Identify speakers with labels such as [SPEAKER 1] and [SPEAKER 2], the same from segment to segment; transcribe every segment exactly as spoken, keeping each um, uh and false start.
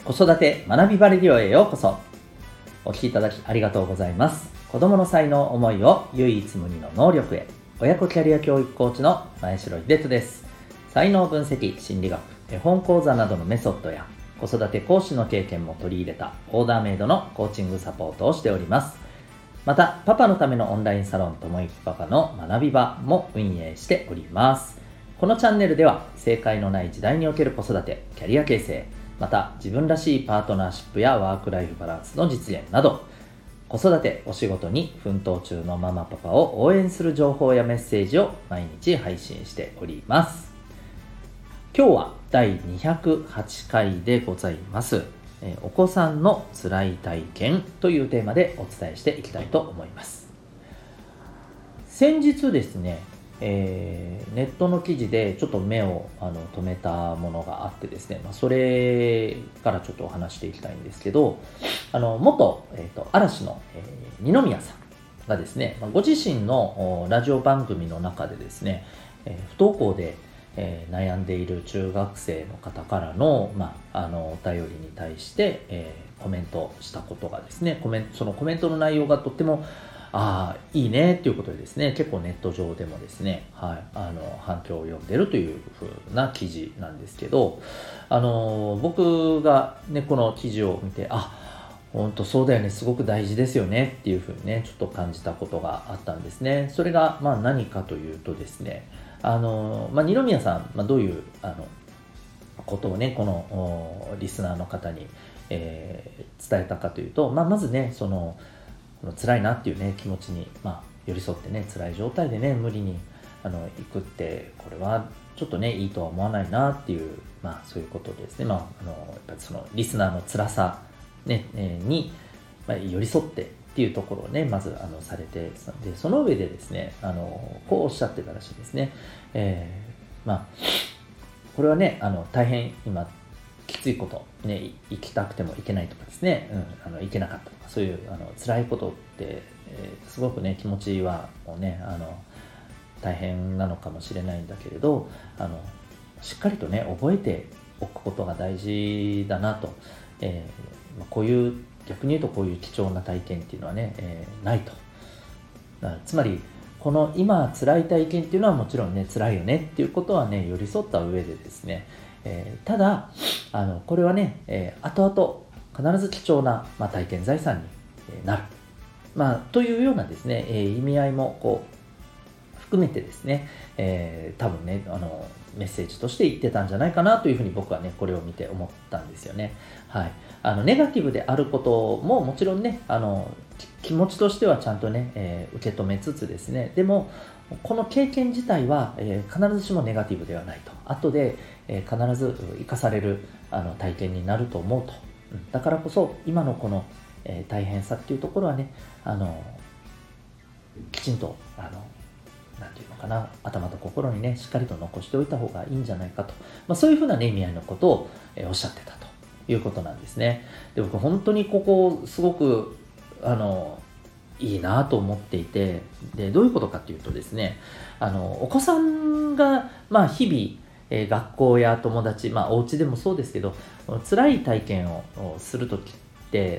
[SPEAKER 1] 子育て学びバレディオへようこそ。お聞きいただきありがとうございます。子供の才能思いを唯一無二の能力へ、親子キャリア教育コーチの前城秀人です。才能分析、心理学、絵本講座などのメソッドや子育て講師の経験も取り入れたオーダーメイドのコーチングサポートをしております。またパパのためのオンラインサロンともいくパパの学び場も運営しております。このチャンネルでは正解のない時代における子育て、キャリア形成、また自分らしいパートナーシップやワークライフバランスの実現など、子育てお仕事に奮闘中のママパパを応援する情報やメッセージを毎日配信しております。今日はだいにひゃくはちかいでございます。えお子さんの辛い体験というテーマでお伝えしていきたいと思います。先日ですね、えー、ネットの記事でちょっと目をあの止めたものがあってですね、まあ、それからちょっとお話していきたいんですけど、あの元、えーと、嵐の、えー、二宮さんがですね、ご自身のラジオ番組の中でですね、えー、不登校で、えー、悩んでいる中学生の方からの、まあ、あのお便りに対して、えー、コメントしたことがですね、コメントそのコメントの内容がとってもああいいねっていうことでですね、結構ネット上でもですね、はい、あの反響を呼んでるというふうな記事なんですけど、あの僕がねこの記事を見て、あ本当そうだよね、すごく大事ですよねっていうふうにねちょっと感じたことがあったんですね。それがまあ何かというとですね、あの、まあ、二宮さん、まあ、どういうあのことをねこのリスナーの方に、えー、伝えたかというと、まあ、まずねその辛いなっていうね気持ちに、まあ、寄り添ってね、辛い状態でね無理にあの行くってこれはちょっとねいいとは思わないなっていう、まあそういうことですね。まああのやっぱりそのリスナーの辛さ、ねえー、に、まあ、寄り添ってっていうところをねまずあのされて、でその上でですねあのこうおっしゃってたらしいですね。えー、まあこれはねあの大変今きついこと、ね、行きたくても行けないとかですね、うん、あの行けなかったとか、そういうあの辛いことって、えー、すごくね気持ちはもうねあの大変なのかもしれないんだけれど、あのしっかりとね覚えておくことが大事だなと、えー、こういう逆に言うとこういう貴重な体験っていうのはね、えー、ないと。つまりこの今辛い体験っていうのはもちろんね辛いよねっていうことはね寄り添った上でですね、えー、ただあのこれはね、えー、後々必ず貴重な、まあ、体験財産になる、まあ、というようなですね、えー、意味合いもこう含めてですね、えー、多分ねあのメッセージとして言ってたんじゃないかなというふうに僕はねこれを見て思ったんですよね。はい、あのネガティブであることももちろんねあの気持ちとしてはちゃんとね、えー、受け止めつつですね、でもこの経験自体は、えー、必ずしもネガティブではないと、後で、えー、必ず生かされるあの体験になると思うと、うん、だからこそ今のこの、えー、大変さっていうところはねあのきちんとあのなんていうのかな、頭と心にねしっかりと残しておいた方がいいんじゃないかと、まあ、そういうふうな、ね、意味合いのことを、えー、おっしゃってたということなんですね。で僕本当にここすごくあのいいなと思っていて、でどういうことかというとですね、あのお子さんが、まあ、日々、えー、学校や友達、まあ、お家でもそうですけど辛い体験をするときって、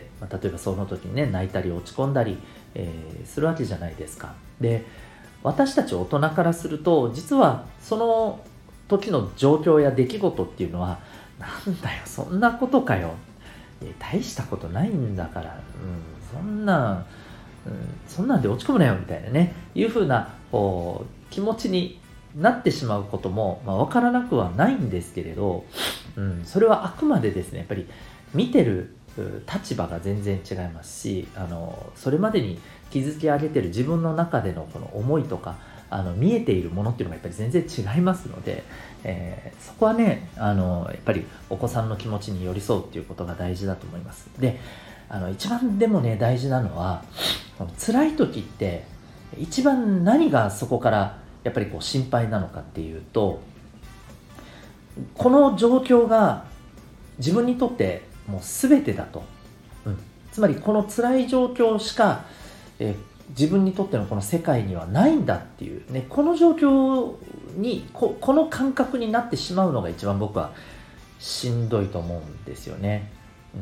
[SPEAKER 1] まあ、例えばその時にね泣いたり落ち込んだり、えー、するわけじゃないですか。で私たち大人からすると実はその時の状況や出来事っていうのはなんだよそんなことかよ、大したことないんだから、うん、そんな、うん、そんなんで落ち込むなよみたいなねいう風なこう気持ちになってしまうことも、まあ、分からなくはないんですけれど、うん、それはあくまでですねやっぱり見てる立場が全然違いますし、あのそれまでに築き上げてる自分の中でのこの思いとかあの見えているものっていうのがやっぱり全然違いますので、えー、そこはねあのやっぱりお子さんの気持ちに寄り添うっていうことが大事だと思います。であの一番でもね大事なのはこの辛い時って一番何がそこからやっぱりこう心配なのかっていうと、この状況が自分にとってもう全てだと、うん、つまりこの辛い状況しか、えー、自分にとってのこの世界にはないんだっていう、ね、この状況に こ, この感覚になってしまうのが一番僕はしんどいと思うんですよね。 うん、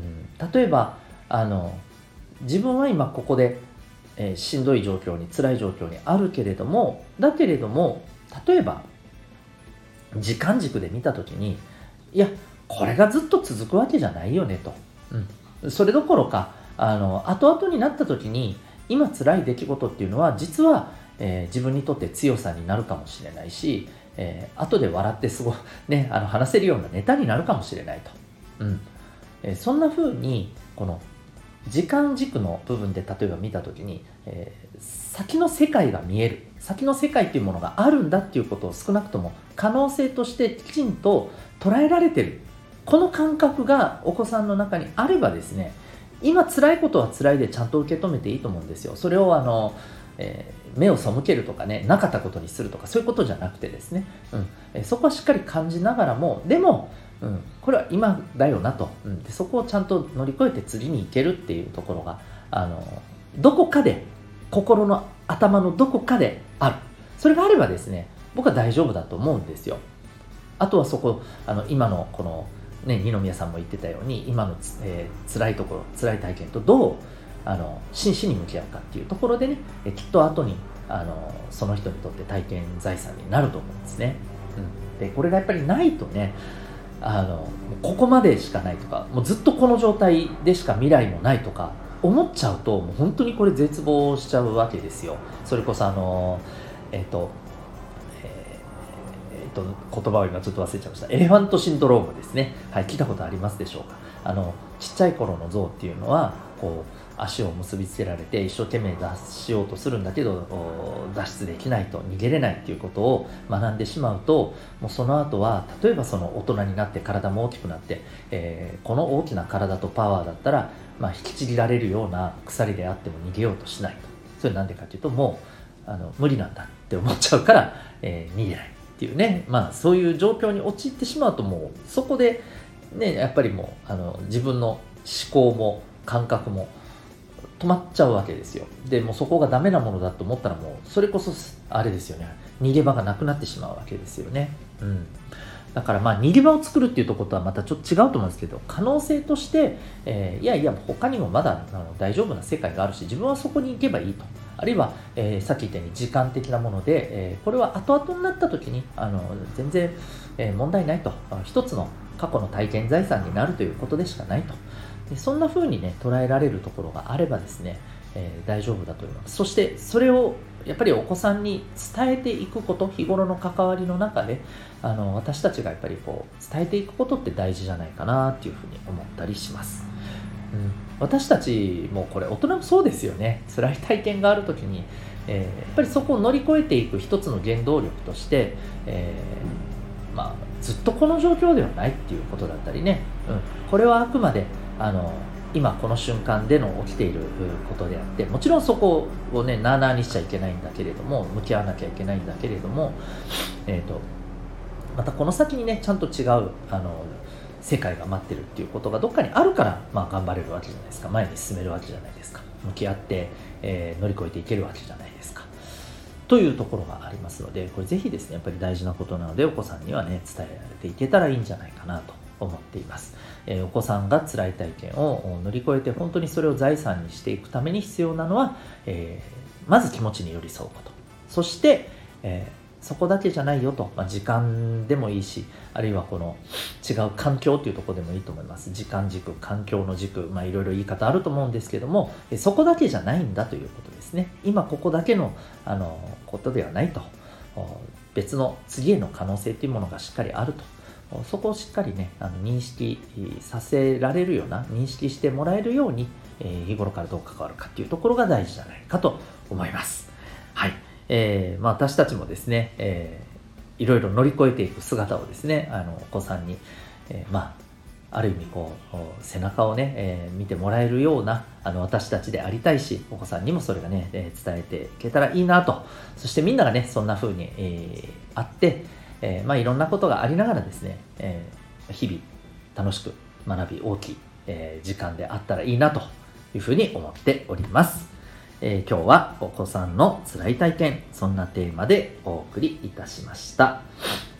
[SPEAKER 1] 例えばあの自分は今ここで、えー、しんどい状況に辛い状況にあるけれども、だけれども例えば時間軸で見た時に、いやこれがずっと続くわけじゃないよねと、うん、それどころかあの後々になった時に今辛い出来事っていうのは実は、えー、自分にとって強さになるかもしれないし、えー、後で笑ってすご、ね、あの話せるようなネタになるかもしれないと、うんえー、そんな風にこの時間軸の部分で例えば見た時に、えー、先の世界が見える、先の世界っていうものがあるんだっていうことを少なくとも可能性としてきちんと捉えられてる、この感覚がお子さんの中にあればですね、今辛いことは辛いでちゃんと受け止めていいと思うんですよ。それをあの、えー、目を背けるとかね、なかったことにするとかそういうことじゃなくてですね、うんえー、そこはしっかり感じながらも、でもうん、これは今だよなと、うん、でそこをちゃんと乗り越えて次に行けるっていうところがあのどこかで心の頭のどこかである、それがあればですね、僕は大丈夫だと思うんですよ。あとはそこあの今のこの、ね、二宮さんも言ってたように今のつ、えー、辛いところ辛い体験とどうあの真摯に向き合うかっていうところでね、えきっと後にあのその人にとって体験財産になると思うんですね、うん、でこれがやっぱりないとね、あのここまでしかないとか、もうずっとこの状態でしか未来もないとか思っちゃうと、もう本当にこれ絶望しちゃうわけですよ。それこそあのえっ、とえーえー、と言葉を今ちょっと忘れちゃいました。エレファントシンドロームですね。はい、聞いたことありますでしょうか。あのちっちゃい頃の象っていうのはこう足を結びつけられて一生懸命脱しようとするんだけど脱出できないと、逃げれないっていうことを学んでしまうと、もうその後は例えばその大人になって体も大きくなって、えー、この大きな体とパワーだったら、まあ、引きちぎられるような鎖であっても逃げようとしないと。それなんでかというと、もうあの無理なんだって思っちゃうから、えー、逃げないっていうね、まあそういう状況に陥ってしまうと、もうそこでね、やっぱりもうあの自分の思考も感覚も止まっちゃうわけですよ。でもうそこがダメなものだと思ったら、もうそれこそあれですよね、逃げ場がなくなってしまうわけですよね。うん、だからまあ逃げ場を作るっていうところとはまたちょっと違うと思うんですけど、可能性として、えー、いやいや他にもまだあの大丈夫な世界があるし、自分はそこに行けばいいと。あるいは、えー、さっき言ったように時間的なもので、えー、これは後々になった時にあの全然、えー、問題ないと、一つの過去の体験財産になるということでしかないと。でそんな風にね捉えられるところがあればですね、えー、大丈夫だと思います。そしてそれをやっぱりお子さんに伝えていくこと、日頃の関わりの中であの私たちがやっぱりこう伝えていくことって大事じゃないかなっていうふうに思ったりします。うん、私たちもこれ大人もそうですよね。辛い体験があるときに、えー、やっぱりそこを乗り越えていく一つの原動力として、えーまあ、ずっとこの状況ではないっていうことだったりね、うん、これはあくまであの今この瞬間での起きていることであって、もちろんそこをねなあなあにしちゃいけないんだけれども、向き合わなきゃいけないんだけれども、えーと、またこの先にねちゃんと違うあの世界が待ってるっていうことがどっかにあるから、まあ、頑張れるわけじゃないですか。前に進めるわけじゃないですか。向き合って、えー、乗り越えていけるわけじゃないですか。というところがありますので、これぜひですねやっぱり大事なことなので、お子さんにはね伝えられていけたらいいんじゃないかなと思っています。えー、お子さんが辛い体験を乗り越えて本当にそれを財産にしていくために必要なのは、えー、まず気持ちに寄り添うこと、そして、えー、そこだけじゃないよと、まあ、時間でもいいし、あるいはこの違う環境というところでもいいと思います。時間軸、環境の軸、まあいろいろ言い方あると思うんですけども、そこだけじゃないんだということですね。今ここだけの、あのことではないと、別の次への可能性というものがしっかりあると。そこをしっかりねあの認識させられるような、認識してもらえるように、えー、日頃からどう関わるかっていうところが大事じゃないかと思います。はい、えーまあ、私たちもですね、えー、いろいろ乗り越えていく姿をですね、あのお子さんに、えー、まあある意味こう背中をね、えー、見てもらえるようなあの私たちでありたいし、お子さんにもそれがね、えー、伝えていけたらいいなと。そしてみんながねそんな風に、えー、あってえーまあ、いろんなことがありながらですね、えー、日々楽しく学び大きい、えー、時間であったらいいなというふうに思っております。えー、今日はお子さんの辛い体験、そんなテーマでお送りいたしました。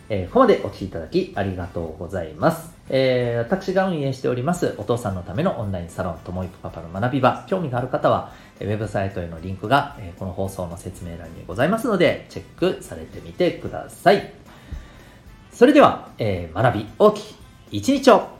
[SPEAKER 1] えーここまでお聞きいただきありがとうございます。えー私が運営しておりますお父さんのためのオンラインサロンともいくパパの学び場、興味がある方はウェブサイトへのリンクが、えーこの放送の説明欄にございますのでチェックされてみてください。それでは、えー学び大きい一日を